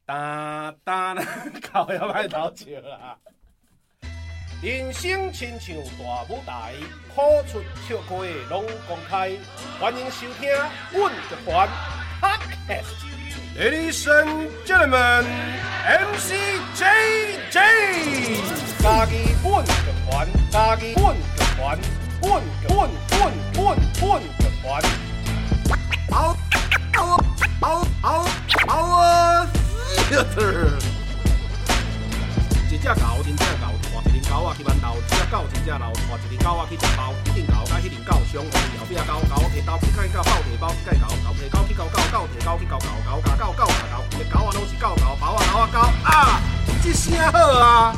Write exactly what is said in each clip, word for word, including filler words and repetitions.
哒哒啦，靠也歹偷笑啦。人生亲像大舞台，苦出笑开拢公开。欢迎收听《阮乐团 Podcast》。Ladies and gentlemen, M C J J， 家己阮乐团，家己阮乐团，阮阮阮阮阮乐团。嗷嗷嗷嗷嗷啊！一只狗，真正狗，带一只狗仔去馒头；一只狗，真正老，带一只狗仔去食包。一阵狗甲迄阵狗相互后壁狗，狗摕刀去甲狗，狗摕包去甲狗，狗摕狗去咬狗，狗摕狗去咬狗，狗咬狗，狗咬狗，一个狗仔拢是狗狗，包仔狗仔狗啊！这声好啊！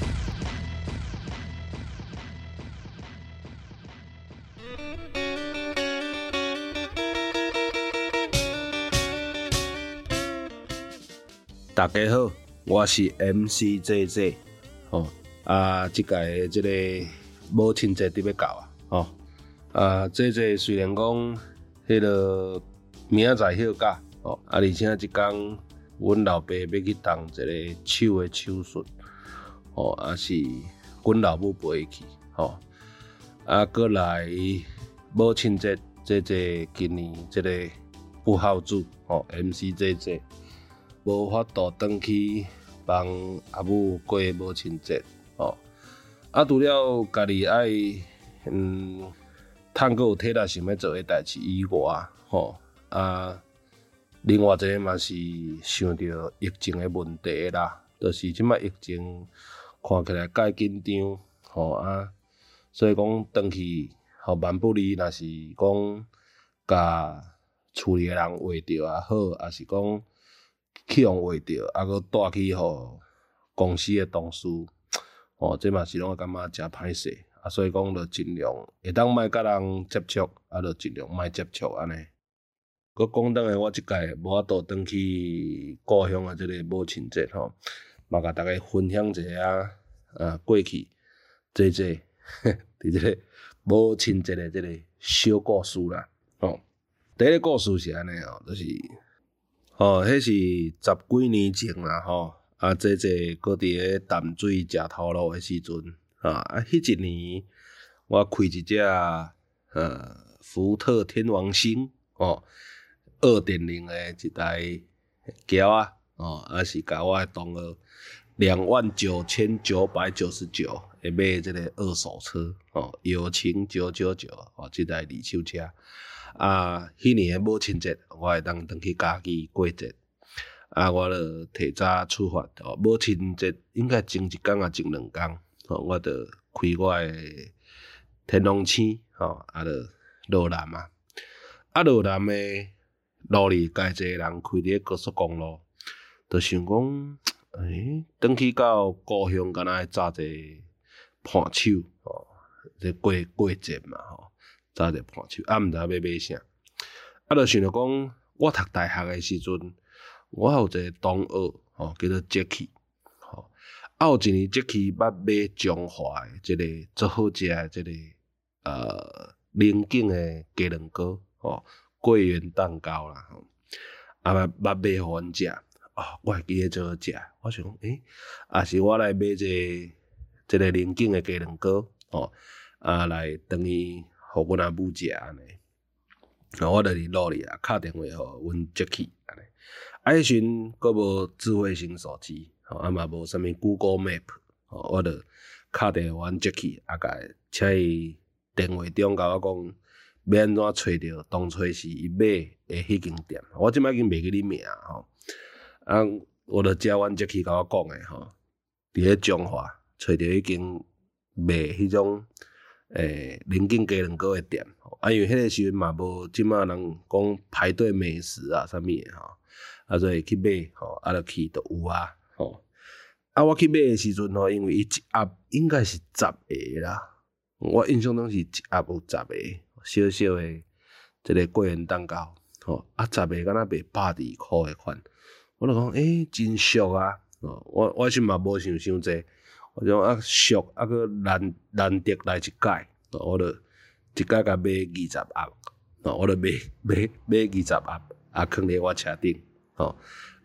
大家好，我是 M C J J， 吼、哦、啊，即届即个母亲节伫要到啊，吼、哦、啊，J J 虽然讲迄个明仔载休假，吼、哦、啊，而且即工阮老爸要去动一个手的手术，吼、哦、啊是阮老母陪去，吼、哦、啊，过来母亲节，J J 今年即个不孝子，吼、哦、M C J J。无法度转去帮阿母过母亲节，吼、哦。啊，除了家己爱，嗯，趁阁有体力想要做诶代志以外，吼、哦、啊，另外一个嘛是想到疫情诶问题啦，就是即摆疫情看起来介紧张，吼、哦、啊，所以讲转去，吼万不离，若是讲甲厝里诶人话着也好，也是讲。去用话着，啊，佮带去互公司诶同事，哦，这嘛是拢感觉诚歹势，啊，所以讲，着尽量会当莫甲人接触，啊，着尽量莫接触安尼。佮讲等下，我即届无法度转去故乡诶即个母亲节吼，嘛甲大家分享一下啊，啊，过去这这伫即个母亲节诶即个小故事啦，吼、哦。第一个故事是安尼哦，就是。哦，迄是十几年前啦吼，啊，这这搁伫咧淡水食头路诶时阵，啊，啊，迄一年我开一只呃福特天王星哦二点零诶一台轿啊，哦，啊是甲我诶同学两万九千九百九十九会买即个二手车哦，友情九九九哦，即台二手车。啊，迄年诶母亲节，我会当转去家己过节。啊，我著提早出发。哦，母亲节应该前一工啊，前两工，哦，我著开我诶天龙星，吼，啊，著落南啊。啊，落南诶路里，介一个人开伫咧高速公路，著想讲，诶，转去到故乡，敢若会炸者伴手，吼，即过过节嘛，吼。早者伴手，啊，毋知要买啥，啊，著想着讲，我读大学诶时阵，我有一个同学，吼，叫做 Jacky， 吼，啊，有一年 Jacky 捌买中华诶，即个做好食诶，即个呃龙井诶鸡卵糕，吼，桂圆蛋糕啦，吼，啊，捌捌买互阮食，啊，我会记得做好食，我想讲，诶，啊是我来买一个即个龙井诶鸡卵糕，吼，啊，来等于。互阮阿母食安尼，啊，我著伫路里啊，敲电话互阮 Jacky 安尼。啊，迄时阁无智慧型手机，吼，啊嘛无啥物 Google Map， 吼，我著敲电话阮 Jacky， 啊，甲请伊电话中甲我讲，要安怎找着当初是伊买诶迄间店。我即摆已经袂记你名吼，啊，我著照阮 Jacky 甲我讲诶吼，伫咧中华找着迄间卖迄种。诶，龙井鸡卵糕诶店，啊，因为迄个时阵嘛无即马人讲排队美食啊，啥物诶吼，啊，所以去买吼，啊，著去都有啊，吼，啊，我去买诶时阵吼，因为伊一盒应该是十个啦，我印象中是一盒有十个，小小诶，即个桂圆蛋糕，吼，啊，十个敢若卖百二箍诶款，我著讲，诶、欸，真俗啊，哦，我我是嘛无想伤济。我种啊俗啊个难难得来一届，我著一届甲买二十盒，我著买买买二十盒，啊，放伫我车顶，吼，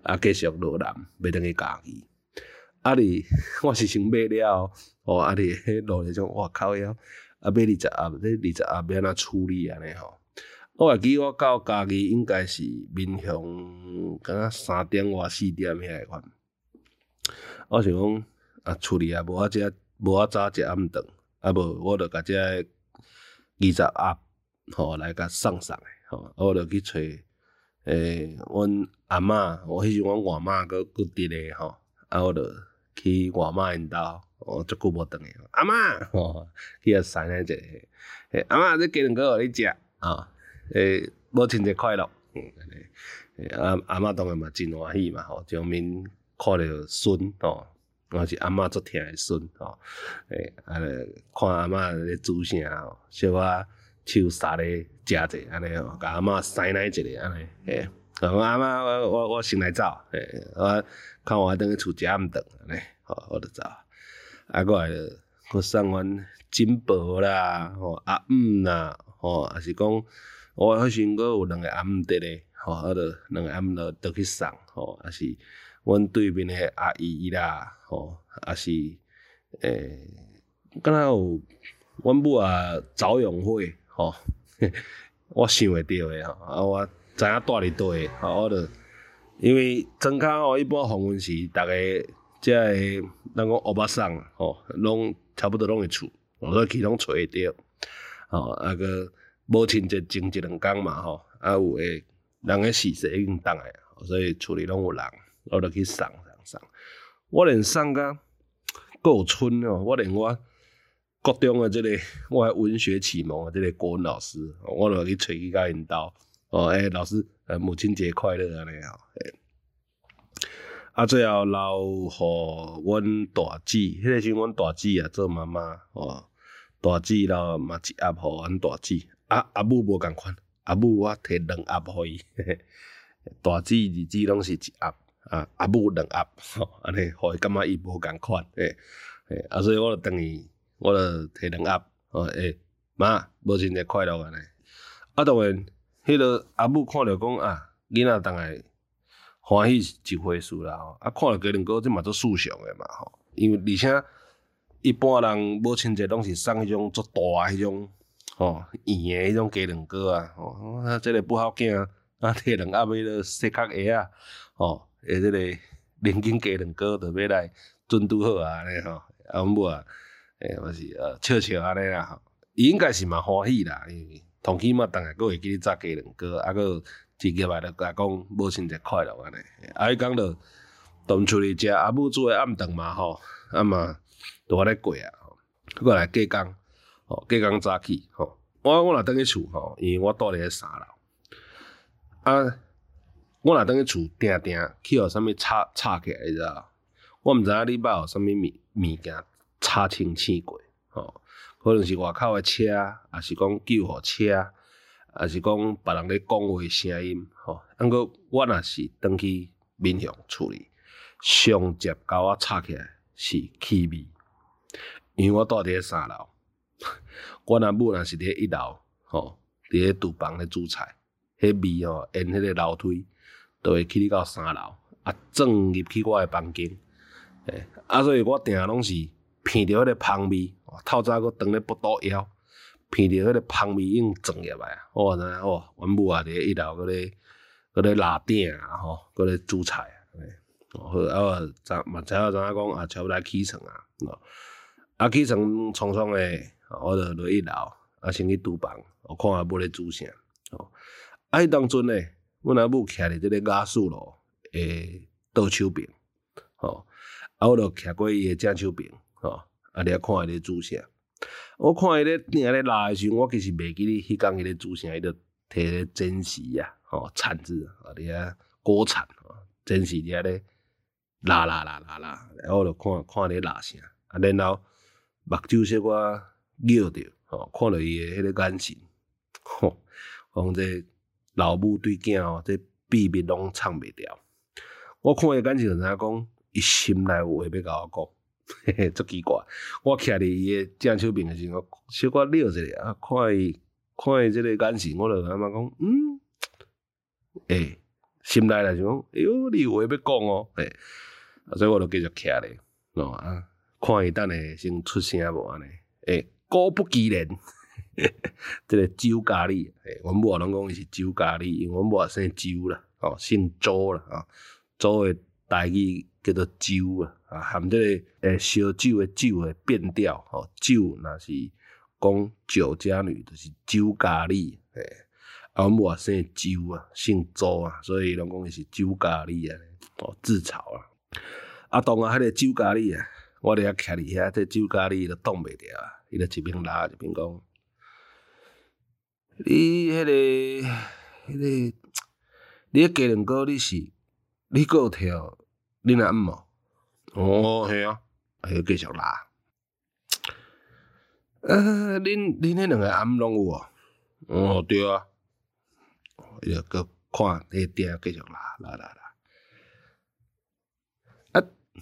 啊继续落南，要等去家己。啊哩，我是先买了，哦，啊哩，迄路迄种，哇靠腰，啊买二十盒，这二十盒要安怎处理安尼吼？我会记我到家己应该是民雄，敢若三点外四点遐个款。我想讲啊，处理啊，无我遮无我早食暗顿，啊无我著甲遮二十盒吼来甲送送诶，吼，我著去找诶，阮阿嬷，我迄时阮外妈搁搁伫咧吼，啊我著去外妈因兜，哦，足久无转去，阿嬷，吼，去遐送咧一个，诶，阿嬷，这鸡卵糕互你食啊，诶，母亲节快乐，嗯，诶，阿阿嬷当然嘛真欢喜嘛，吼，上面看着孙吼，我是阿嬷足疼诶孙吼，诶，啊看阿嬷咧煮啥吼，小可手杀咧食者安尼吼，甲阿嬷塞奶一个安尼，诶，我阿嬷我我我先来走，诶，我看我等去厝食暗顿安尼，吼，我就走，啊，过来佮送阮金宝啦，吼阿姆啦，吼，也是讲我迄时阵佮有两个阿姆伫咧，吼，啊，著两个阿姆著倒去送，吼，也是阮对面迄阿姨啦，吼，也是诶，敢若有阮母啊早永会，吼，我想会着诶吼，啊，我知影住伫倒诶，吼，我著因为庄脚吼一般访问时，逐个遮个咱讲乌巴桑吼，拢差不多拢会厝，所以去拢找会着，吼，啊个母亲节前一两工嘛吼，啊有诶人诶逝世已经当来，所以厝里拢有人，我著去送送送，我连送甲够有春哦，我连我国中诶即个我文学启蒙诶即个国文老师，我著去找去甲因兜，哦，诶、欸、老师，呃母亲节快乐安尼吼，诶。啊，最后留互阮大姊，迄个时阵阮大姊也做妈妈，哦，大姊留嘛一盒互阮大姊，啊阿母无共款，阿母我摕两盒互伊，大姊二姊拢是一盒，啊阿母两盒，吼，安尼互伊感觉伊无共款，诶诶，啊所以我著等于我著摕两盒，哦诶，妈，母亲节快乐安尼，啊当然，迄个阿母看着讲啊，囡仔当来。欢喜是一回事啦吼，啊看到鸡卵糕这嘛做素常诶嘛吼，因为而且一般人母亲节拢是送迄种足大迄种吼圆诶迄种鸡卵糕啊，吼啊这个不好囝啊摕两盒迄个细壳鞋啊，吼诶这个零斤鸡卵糕就要来准拄好啊安尼吼，啊阮母啊诶我是呃笑笑安尼啦吼，伊应该是嘛欢喜啦，因为同起码逐个佫会记咧炸鸡卵糕，啊佫。直接来就甲讲母亲节快乐安尼，啊伊讲着踮厝里食阿母煮诶暗顿嘛吼，啊嘛都安尼过啊，过来过工，吼过工早起吼，我我若倒去厝吼，因为我住伫三楼，啊我若倒去厝定定去互啥物插插起来，你知道？我毋知影你捌有啥物物物件插清醒过，吼，可能是外口诶车，也是讲救护车。也是讲别人咧讲话声音，吼。毋过我若是转去民雄厝里，上接甲我插起来是气味，因为我住伫咧三楼，我若母若是伫咧一楼，吼，伫咧厨房咧煮菜，迄味吼，沿迄个楼梯，都会去到三楼，啊，转入去我诶房间，诶，啊，所以我定拢是闻着迄个芳味，透早佫当咧腹肚枵。闻着迄个芳味已经撞入来啊！我知影哦，阮母啊伫一楼嗰咧嗰咧拉鼎啊，吼，嗰咧煮菜啊，好啊，我知嘛知影知影讲啊，差不多来起床啊，啊起床匆匆诶，我就落一楼啊，先去厨房，我看下要咧煮啥，哦，啊，迄当阵咧，阮阿母徛伫即个雅士路诶倒手边，吼，啊，我就徛过伊诶正手边，吼，啊，咧看伊咧煮啥。我看伊咧鼎咧拉诶时阵，我其实袂记哩迄工伊咧煮啥，伊就摕咧煎时啊，吼铲子啊，伫遐锅铲啊，煎时伫遐咧拉拉拉拉拉，我就看看咧拉啥，啊，然后目睭小可拗着，吼，看到伊诶迄个眼神，吼，讲这老母对囝吼，这秘密拢藏袂牢。我看伊眼神就知影讲，伊心内有话要甲我讲。嘿嘿，足奇怪！我徛伫伊诶正手边诶时阵，我小可撩一下啊，看伊看伊即个眼神，我就感觉讲，嗯，诶、欸， 心内来想讲，哎哟，你有话要讲哦，诶，所以我就继续徛咧，哦啊，看伊等下先出声无安尼，诶，果不其然，这个周嘉丽，诶，阮某拢讲伊是周嘉丽，因为阮某姓周啦，哦，姓周啦，啊，周诶台语叫做周啊，啊，含这个诶烧酒诶酒诶变调，吼，酒若是讲酒家女，就是周嘉丽，诶。啊，阮某姓周啊，姓周啊，所以拢讲伊是周嘉丽啊，哦，自嘲啊。啊，当啊，迄个周嘉丽啊，我伫遐徛伫遐，这周嘉丽都挡袂牢啊，伊就一边拉一边讲：你迄、那个、迄、那个，你迄鸡卵糕你是你还有跳，你若毋哦？哦，系啊，啊，要继续拉。呃，恁恁迄两个暗拢有哦？哦，对啊。伊就搁看迄点继续拉拉拉拉，啊，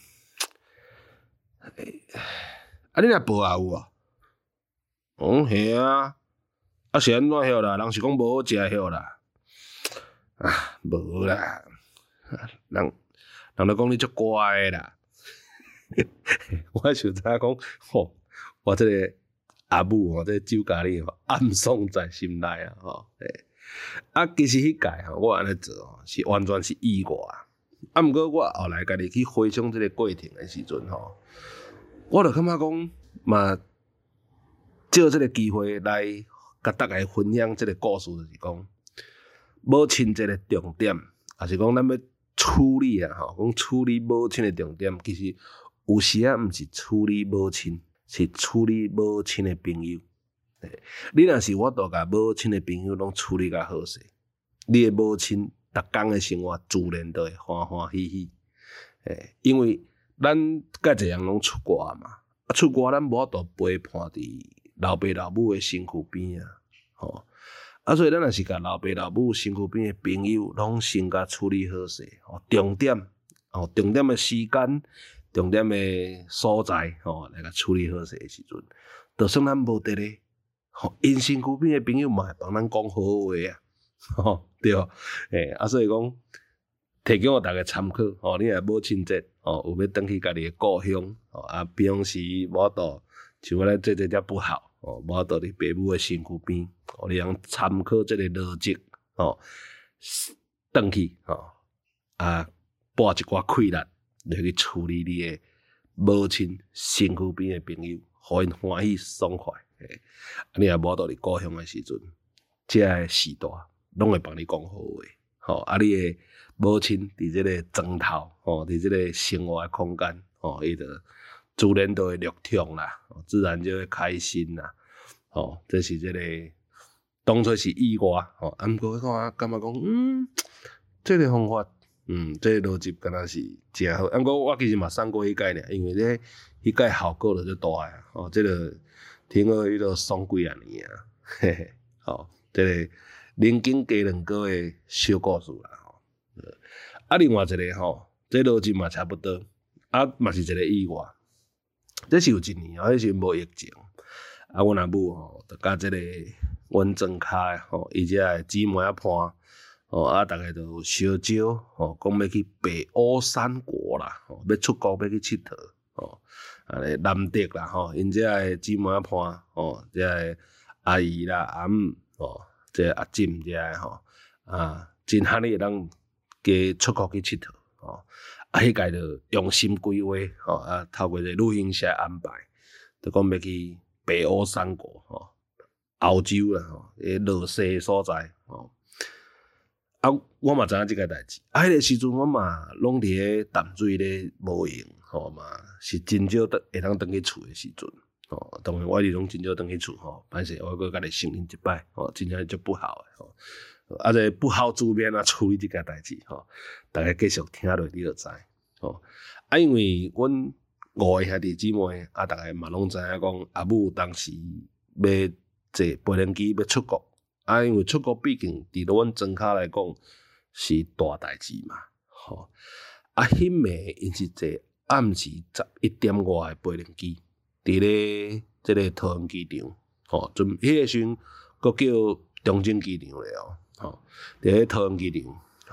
啊你若无也有啊？哦，系啊，啊是安怎晓啦？人是讲无好食晓啦，啊无啦，人人都讲你足乖诶啦，我就知影讲，吼，我这个阿母吼，这个周嘉丽吼，暗爽在心内啊，吼，诶。啊，其实迄届吼，我安尼做吼，是完全是意外。啊，毋过我后来家己去回想即个过程诶时阵吼，我就感觉讲嘛，借即个机会来甲大家分享即个故事，就是讲母亲节诶重点，也是讲咱要处理啊吼，讲处理母亲诶重点，其实有时啊，毋是处理母亲，是处理母亲诶朋友。你若是我都甲母亲的朋友拢处理甲好势，你的母亲逐工的生活自然都会欢欢喜喜。诶，因为咱介侪人拢出国嘛，啊出国咱无法度陪伴伫老爸老母的身躯边啊，吼，啊所以咱若是甲老爸老母身躯边的朋友拢先甲处理好势，吼，重点，吼，重点的时间，重点的所在，吼，来甲处理好势的时阵，就算咱无得咧。吼，因身躯边诶朋友嘛会帮咱讲好话啊，吼对，诶啊，所以讲提供互大家参考，吼，你若母亲节，吼有要转去家己诶故乡，吼啊，平时无法度像我咱做这只不好，吼无法度伫爸母诶身躯边，吼你通参考即个逻辑，吼，转去，吼啊，拨一寡气力来去处理你诶母亲身躯边诶朋友，互因欢喜爽快。你若无到你故乡诶时阵，即个时代拢会帮你讲好话，吼啊！你诶母亲伫即个床头，吼，伫即个生活诶空间，吼，伊就自然都会乐暢啦，自然就会开心啦，吼，这是即个当初是意外，吼，啊，毋过我感觉讲，嗯，即个方法，嗯，即个逻辑敢若是诚好，啊，毋过我其实嘛送过迄届尔，因为咧迄届效果就足大诶，吼，即个。听说伊都爽几啊年啊，嘿嘿，吼，即个人间鸡卵糕诶小故事啦，吼。啊，另外一个吼，这逻辑嘛差不多，啊，嘛是一个意外。这是有一年哦，迄时无疫情，啊，阮阿母吼，就甲即个阮庄骹诶吼，伊遮诶姊妹仔伴，吼，啊，逐个就烧酒，吼，讲要去北欧三国啦，吼，要出国要去佚佗，吼。啊，南德啦吼，因遮个姊妹仔伴吼，遮个阿姨啦、阿姆吼，遮阿婶遮个吼，啊，真罕你会当加出国去佚佗吼，啊，迄届就用心规划吼，啊，透过这旅行社安排，就讲要去北欧三国吼，欧洲啦吼，诶，热西所在吼，啊，我嘛知影即个代志，啊，迄个时阵我嘛拢伫咧淡水咧无闲。吼嘛，是真少得会当转去厝诶时阵，吼，当然我是拢真少转去厝吼，歹势我搁家己承认一摆，吼，真正足不好诶，吼，啊，这不好主面啊处理即个代志，吼，大家继续听落你就知，吼，啊，因为阮五个兄弟姊妹，啊，大家嘛拢知影讲阿母当时要坐飞轮机要出国，啊，因为出国毕竟伫阮庄骹来讲是大代志嘛，吼，啊，迄暝因是坐。暗时十一点外诶飞轮机，伫咧即个桃园机场，吼，准迄个时阵，佫叫中正机场咧哦，吼，伫咧桃园机场，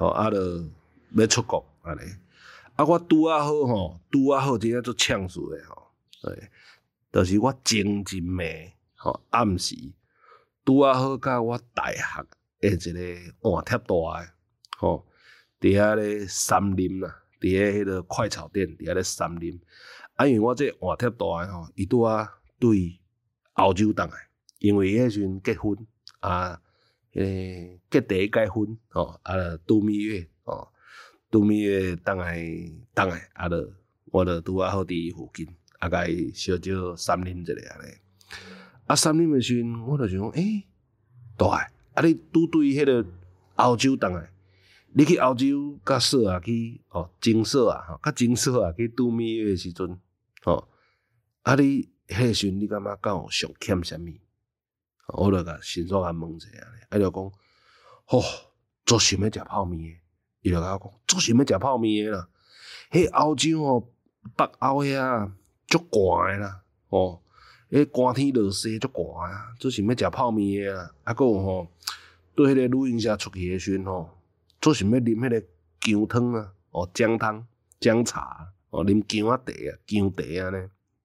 吼啊，著要出国安尼。啊，我拄啊好吼，拄啊好真正足呛死诶吼，对，就是我前一暝吼暗时拄啊好甲我大学诶一个换贴大诶吼，伫遐咧三林啦，伫咧迄个快炒店伫遐咧三林。啊，因为我这换贴大诶吼，伊拄啊对澳洲倒来，因为迄时阵结婚啊，诶、结第一届婚吼，啊，度蜜月吼。度蜜月当来当来，啊，著我著拄啊好伫伊附近，啊，甲伊小少三啉一下安尼。啊，三啉诶时阵，我著想讲，诶、欸，大诶，啊，你拄对迄个澳洲当来，你去澳洲甲说啊去哦，金色啊，吼，甲金色啊去度蜜月诶时阵，吼，啊，你迄个时阵你感觉敢有上欠啥物？我著甲心煞甲问者安尼，啊，就讲，吼，足想要食泡面诶。伊就甲我讲，足想要食泡面诶啦。迄澳洲吼，北欧遐足寒诶啦，吼，迄寒天落雪足寒啊，足想要食泡面诶啦。啊，搁有吼，对迄个旅行社出去诶时阵吼，足想要啉迄个姜汤啊，哦，姜汤、姜茶，哦，啉姜仔茶啊、姜茶安尼。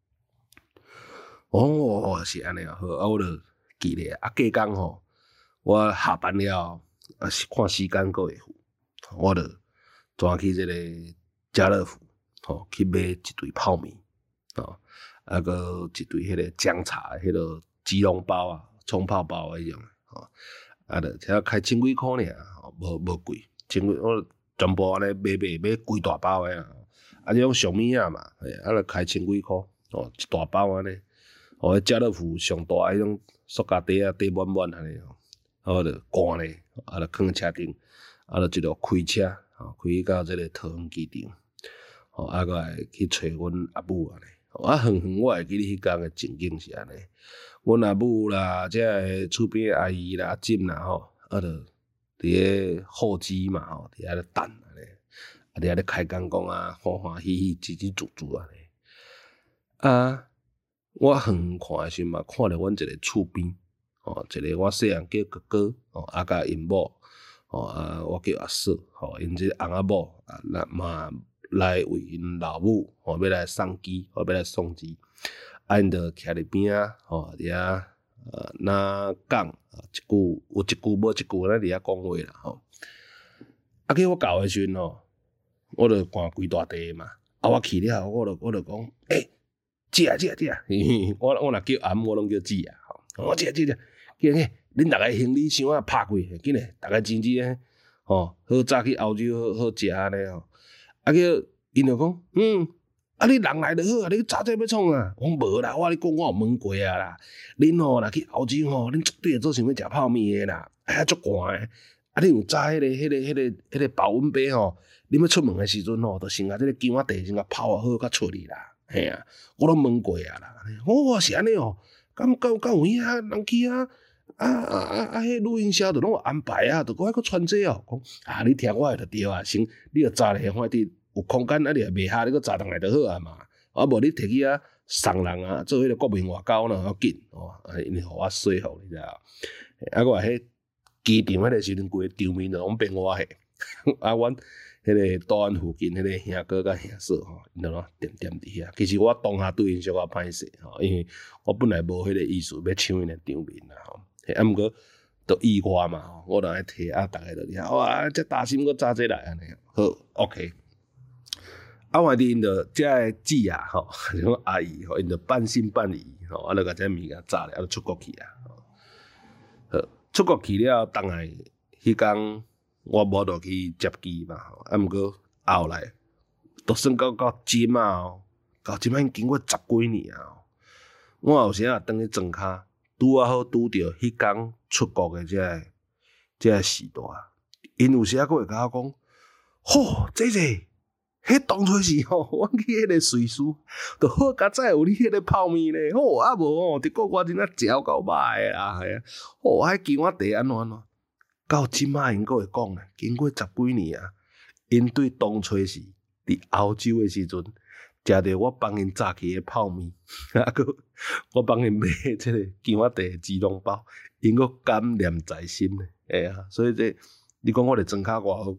哦，是安尼啊，好，啊，我著记咧，啊，隔工吼，我下班了，啊，看时间搁会赴。我著转去即个家乐福，吼，去买一堆泡面，吼，啊个一堆迄个姜茶迄个鸡笼包啊、冲泡包啊迄种，吼，啊著只开千几箍尔，吼，无无贵，千几我全部安尼买买买规大包诶啊，啊即种俗物仔嘛，嘿，啊著开千几箍，吼，一大包安尼，吼，家乐福上大迄种塑胶袋啊，袋满满安尼吼，啊著干咧，啊著放车顶。啊，就一路开车，吼，开到即个桃园机场，吼，啊，搁来去找阮阿母安尼。啊，远远我会记得迄工诶情景是安尼。阮阿母啦，即个厝边阿姨啦、阿婶啦，吼，啊，就伫咧候机嘛，吼，伫遐咧等安尼，啊，伫遐咧开讲讲啊，欢欢喜喜、吱吱足足安尼。啊，我远远看诶时嘛，看着阮一个厝边，吼，一个我细汉叫哥哥，吼，啊，甲因某。吼啊，我叫阿嫂，吼，因即翁仔某啊，那嘛来为因老母，吼，要来送机，吼，要来送机，啊，因着徛伫边啊，吼，伫遐呃，若讲啊，一句有一句无一句，咱伫遐讲话啦，吼。啊，叫我到诶时阵吼，我着赶规大地嘛，啊，我去了，我着我着讲，诶，姐啊姐啊姐啊，我我若叫阿姆，我拢叫姐啊，吼，我姐姐姐，叫个。恁逐个行李箱啊拍开，紧诶，逐个钱钱诶，吼，好早去澳洲好好食安尼吼。啊叫因就讲，嗯，啊你人来就好啊，你早这要创啊？我讲无啦，我你讲我有问过啊啦。恁吼若去澳洲吼，恁绝对做想要食泡面诶啦，哎呀足寒诶。啊你有早迄个、迄个、迄个、迄个保温杯吼，恁要出门诶时阵吼，就先甲即个姜仔茶先甲泡啊好，甲出去啦。嘿啊，我拢问过啊啦。哦，是安尼哦，敢敢敢有影人去啊？啊啊啊啊！迄旅行社就拢有安排啊，就搁还搁穿这哦。讲啊，你听我诶就对啊，先你着早咧，反正有空间啊，你也袂下，你搁早上来就好啊嘛。啊，无你摕去啊送人啊，做迄个国民外交呢，要紧哦。啊，因为互我说服你知道？啊，我迄机场迄个时阵，规个场面就拢变我迄。啊，阮迄个岛湾附近迄个兄哥甲兄嫂吼，因就拢点点伫遐。其实我当下对因小可歹势吼，因为我本来无迄个意思要抢因诶场面啦吼。啊，毋过都意外嘛，吼，我就爱摕啊，逐个就遐哇，这大心搁早起来安尼，好 ，OK。啊，反正因着遮个姊啊，吼，即种阿姨吼，因着半信半疑，吼，啊，就甲这物件炸咧，啊，就出国去啊，好，出国去了，当然迄工我无落去接机嘛，吼，啊，毋过后来都算到到即嘛哦，到即摆经过十几年啊，我有时啊，当去庄骹。拄啊好拄着迄工出国诶，即个即个时代，因有时啊，佫会甲我讲，吼，姐姐，迄当初是吼，我去迄个瑞士，著好佳哉有你迄个泡面咧，吼啊无吼，结果我真正嚼到歹诶啦，系啊，吼，迄姜仔茶安怎安怎，到即摆因佫会讲咧，经过十几年啊，因对当初是伫澳洲诶时阵。食着我帮因炸起诶泡面，啊个我帮因买即个姜仔茶鸡笼包，因佫感念在心咧，哎呀，所以这你讲我哋庄卡偌好过，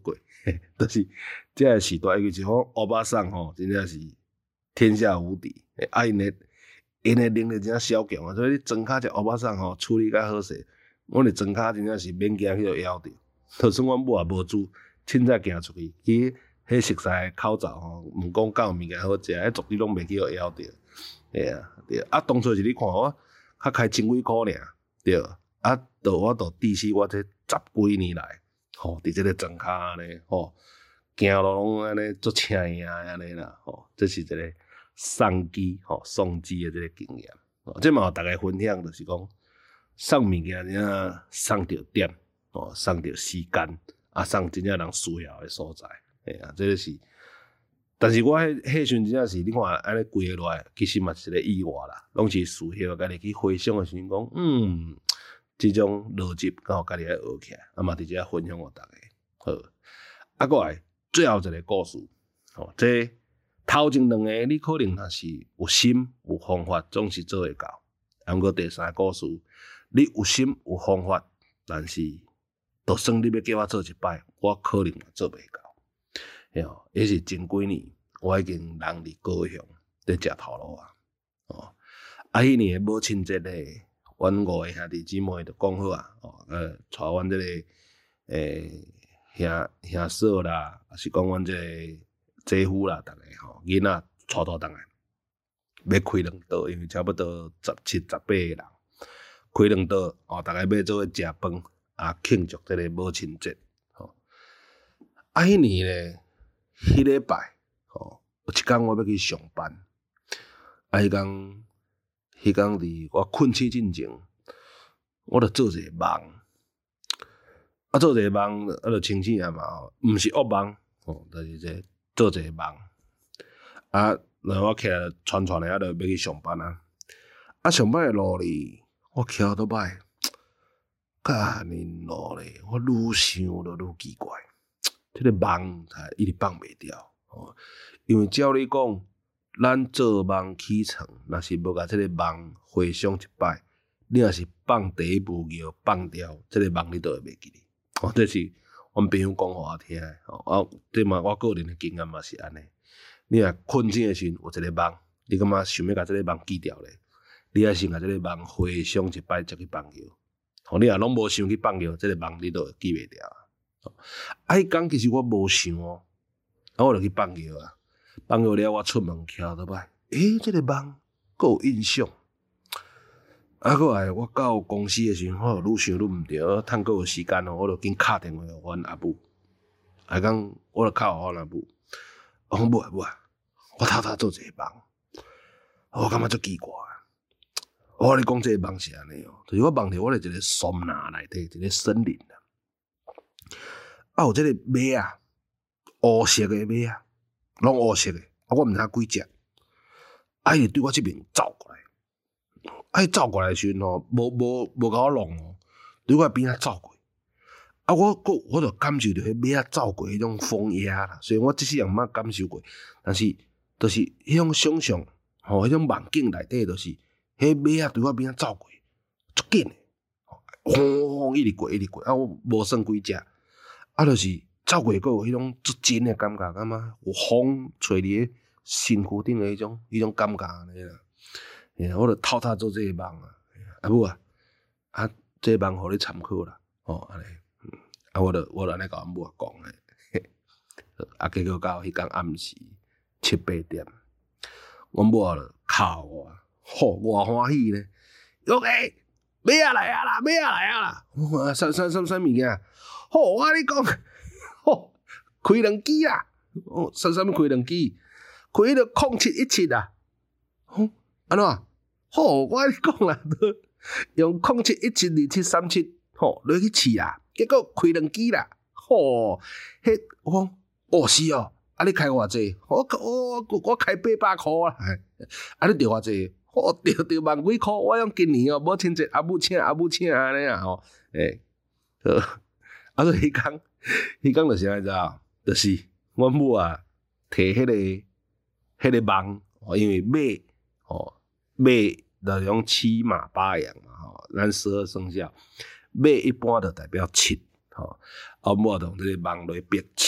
嘿，就是这个时代，因为是讲欧巴桑吼，真正是天下无敌。啊，因诶因诶能力真正小强啊，所以你装卡只欧巴桑吼处理较好势，阮诶装卡真正是免惊去着枵着。就算阮母也无煮，凊彩行出去去迄熟悉诶口罩吼，毋讲敢有物件好食，迄绝对拢袂去着枵着。嘿啊，对啊，当初是你看我较开千几箍尔，对，啊，到我到至少我这十几年来，吼，伫即个装卡安尼，吼，行路拢安尼足轻盈安尼啦，吼，这是一个送机吼送机诶即个经验，哦，即嘛有逐个分享，就是讲送物件真正送着点，哦，送着时间，啊，送真正人需要诶所在，嘿啊，这个是。但是我迄迄时阵真正是，你看安尼规个落来，其实嘛是一个意外啦，拢是事后家己去回想诶时阵讲，嗯，即种逻辑刚好家己爱学起来，啊嘛伫遮分享互大家。好，啊过来最后一个故事，吼，这头前两个你可能若是有心有方法，总是做会到。啊，毋过第三个故事，你有心有方法，但是就算你要叫我做一摆，我可能嘛做袂到。嘿吼，迄是前几年，我已经人伫高雄伫食头路啊。哦，啊，迄年诶母亲节咧，阮五个兄弟姊妹就讲好啊，哦，呃，带阮即个诶兄兄嫂啦，还是讲阮即个姐夫啦，逐个吼囡仔带倒倒来，要开两桌，因为差不多十七、十八个人，开两桌，哦，逐个要做伙食饭，啊，庆祝即个母亲节。吼，啊，迄年咧。迄礼拜，吼，有一工我要去上班，啊，迄工，迄工伫我困醒进前，我著做一个梦，啊，做一个梦，啊，著清醒啊嘛，吼，毋是噩梦，吼，就是这做一个梦，啊，然后我起来喘喘诶，啊，著要去上班啊，啊，上班诶路哩，我徛倒摆，干恁路咧，我愈想著愈奇怪。这个梦才一直放袂掉，哦，因为照你讲，咱做梦起床，若是无甲这个梦回想一摆，你若是放第一步尿放掉，这个梦你都会袂记哩。哦，这是阮朋友讲互我听诶，哦，啊，这嘛我个人诶经验嘛是安尼。你若困醒诶时阵有一个梦，你感觉想要甲这个梦记掉咧，你还先甲这个梦回想一摆再去放尿。哦，你若拢无想去放尿，这个梦你都会记袂掉。啊！迄工其实我无想哦，啊，我就去放尿啊。放尿了，我出门徛倒摆，诶，即、這个梦佫有印象。啊，佫来我到公司诶时阵，我愈想愈毋对，趁佫有时间哦，我就紧敲电话互阮阿母。啊，讲我就敲互阮阿母，我讲母啊母啊，我偷偷做一个梦，我感觉足奇怪。我跟你讲，即个梦是安尼哦，就是我梦着我伫一个山林内底，一个森林啊。啊，有即个马啊，乌色诶马啊，拢乌色诶，啊，我毋知影几只，啊，伊对我即边走过来，啊，伊走过来诶时阵吼，无无无甲我弄哦，对我边仔走过，啊，我我我就感受着迄马仔走过迄种风压啦，虽然我即世人毋捌感受过，但是就是迄种想象，吼，迄种梦境内底，就是迄马仔对我边仔走过，足紧诶，轰轰轰一直过一直过，啊，我无算几只。啊，就是走过个有迄种足真诶感觉，感觉有风吹伫身躯顶诶迄种迄种感觉安尼啦。哎，我著偷偷做这个梦啊，啊母啊，啊这个梦互你参考啦，哦安尼，啊我著我著安尼甲阮母啊讲诶，啊结果到迄天暗时七八点，阮母啊著敲我，吼偌欢喜咧，哟诶，马啊来啊啦，马啊来啊啦，我啥啥啥啥物件？吼，我跟你讲，吼，开两支啦，哦，啥啥物开两支，开迄个空七一七啊，吼，安怎？吼，我跟你讲啦，用空七一七二七三七，吼，落去试啊，结果开两支啦，吼，迄我讲，哦是哦，啊你开偌济？我我我开八百箍啊，啊你着偌济？哦，着着万几箍，我用今年哦，母亲节阿母请阿母请安尼啊，吼，诶，呃。啊！所以迄工，迄工就是安怎啊？就是阮母啊，摕迄、那个、迄个梦，哦，因为马，哦，马就种骑马八羊嘛，吼，咱十二生肖，马一般就代表七，吼，啊，母就用这个梦来标七，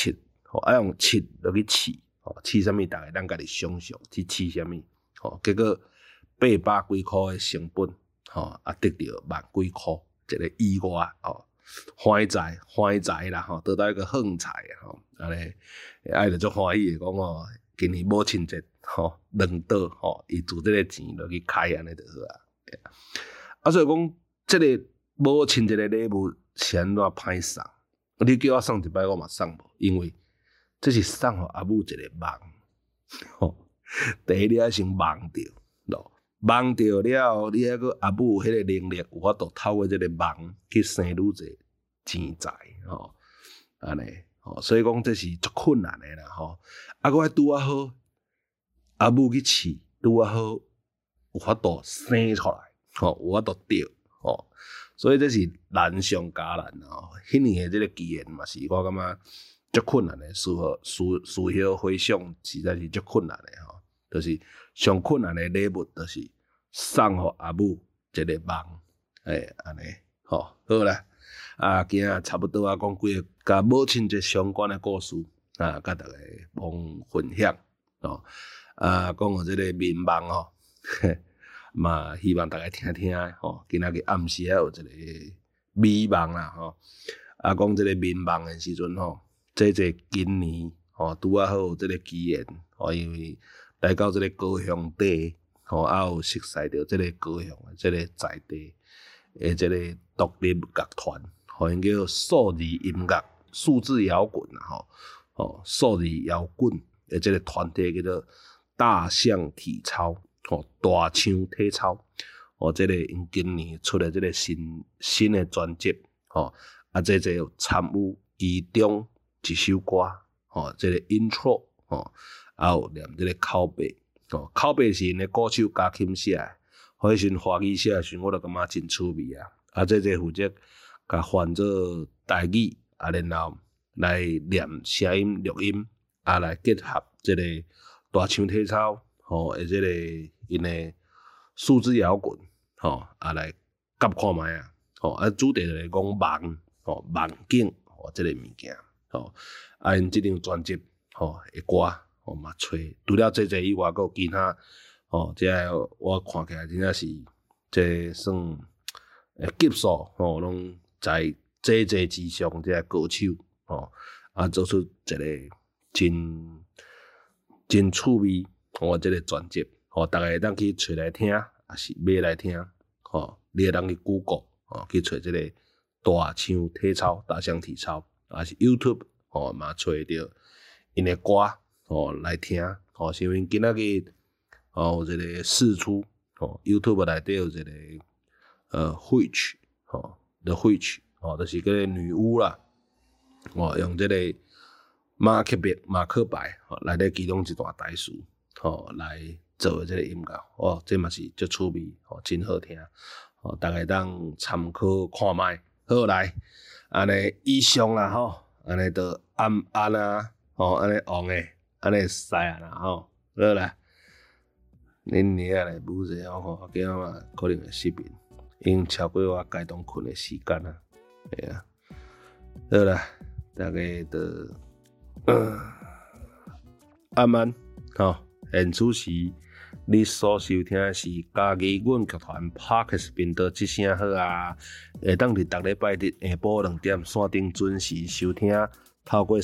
吼，啊用试落去试，吼，试啥物？大家咱家己想象去试啥物？吼，结果八百几箍的成本，吼，啊得到万几箍一个意外，吼，欢财欢财啦，吼，得到一个横财，吼，安尼，爱着足欢喜的讲哦，今年母亲节，吼，两岛，吼，伊自这个钱落去开安尼就好啊。啊，所以讲，这个母亲节的礼物是安怎歹送？你叫我送一摆，我嘛送无，因为这是送互阿母一个梦。吼，第一你爱先梦着，咯，梦着了后，你还阁阿母有迄个能力，有法度透过这个梦去生愈侪钱财，吼，安尼，吼，所以讲这是足困难的啦，吼，啊，我拄啊好，阿母去试，拄啊好有法度生出来。吼、哦，有法度着，吼、哦，所以这是难上加难哦。迄年的这个机缘嘛，是我感觉足困难的，事后事事后回想，实在是足困难的吼、哦。就是上困难的礼物，就是送互阿母一个梦，诶，安尼，吼，好啦，啊，今仔差不多啊，讲几个甲母亲节相关的故事啊，甲大家碰分享哦，啊，讲互这个民望吼。嘛，希望大家听听吼，今仔日暗时啊有一个美梦啦吼。啊，讲这个民望的时阵吼，这这今年吼拄啊好有这个机缘吼，因为来到这个高雄地吼，啊有熟悉到这个高雄的这个在地的这个独立乐团，吼，因叫数字音乐、数字摇滚啦吼，吼数字摇滚的这个团体叫做大象体操。吼，大象体操，哦，这个因今年出的这个新新的专辑，吼，啊，这这有参与其中一首歌，吼，这个 intro， 吼，啊有念这个口白，吼，口白是因的歌手加琴写的，迄时华语写的时，我就感觉真趣味啊，啊，这这负责甲翻做台语，啊，然后来念声音录音，啊，来结合这个大象体操。吼，诶，即个因诶数字摇滚，吼，啊来夹看卖啊，吼，啊主题就是讲梦，吼梦境，吼，即个物件，吼，啊因即张专辑，吼，诶歌，吼嘛吹，除了这这以外，阁有其他，吼，即个我看起来真正是，即算诶级数，吼，拢在这这之上，即个歌手，吼，啊做出一个真真趣味。我这个专辑，吼，大家会当去找来听，也是买来听，吼，你会当去 Google， 吼，去找这个大象体操、大象体操，也是 YouTube， 吼，嘛找到因的歌，吼，来听，吼，是因为今仔日，吼，有一个试出，吼 ，YouTube 内底有一个呃 Witch， 吼 ，The Witch， 吼，就是个女巫啦，吼，用这个马克白马克白，吼，内底其中一段台词。吼、哦，来做这个音乐，哦，这嘛是足趣味，哦，真好听，哦，大家当参考看卖。好来，安尼以上啦，吼，安尼就暗暗啊，吼，安尼红诶，安尼使啊啦，吼，好啦，恁娘啊来舞者吼，今仔嘛可能会失眠，已经超过我该当困诶时间啊，系啊，好啦，大家就嗯暗暗，吼。现此时，你所收听的是嘉义阮剧团 Podcast 频道之声好啊，会当伫逐礼拜日下晡两点线顶准时收听，透过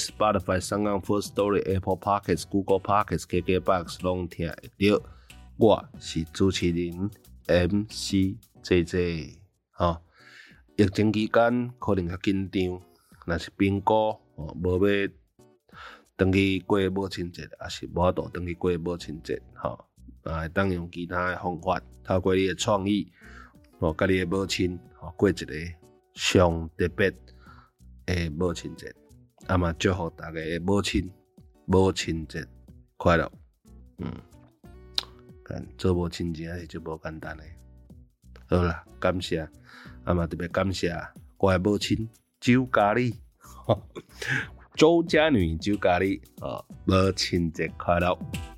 Spotify、SoundOn、Firstory、Apple Podcasts、Google Podcasts、K K Box 拢听会到。我是主持人 M C J J， 吼，疫情期间可能较紧张，若是评估哦，无要。登去过母亲节，也是无法度登去过母亲节，吼，啊，会当用其他的方法，透过你的创意，吼，甲你的母亲，吼，过一个上特别的母亲节，啊嘛，祝福大家的母亲，母亲节快乐，嗯，干做母亲真还是就无简单的，好啦，感谢，啊嘛特别感谢我的母亲周嘉丽，周家女周嘉丽，啊，母亲节快乐！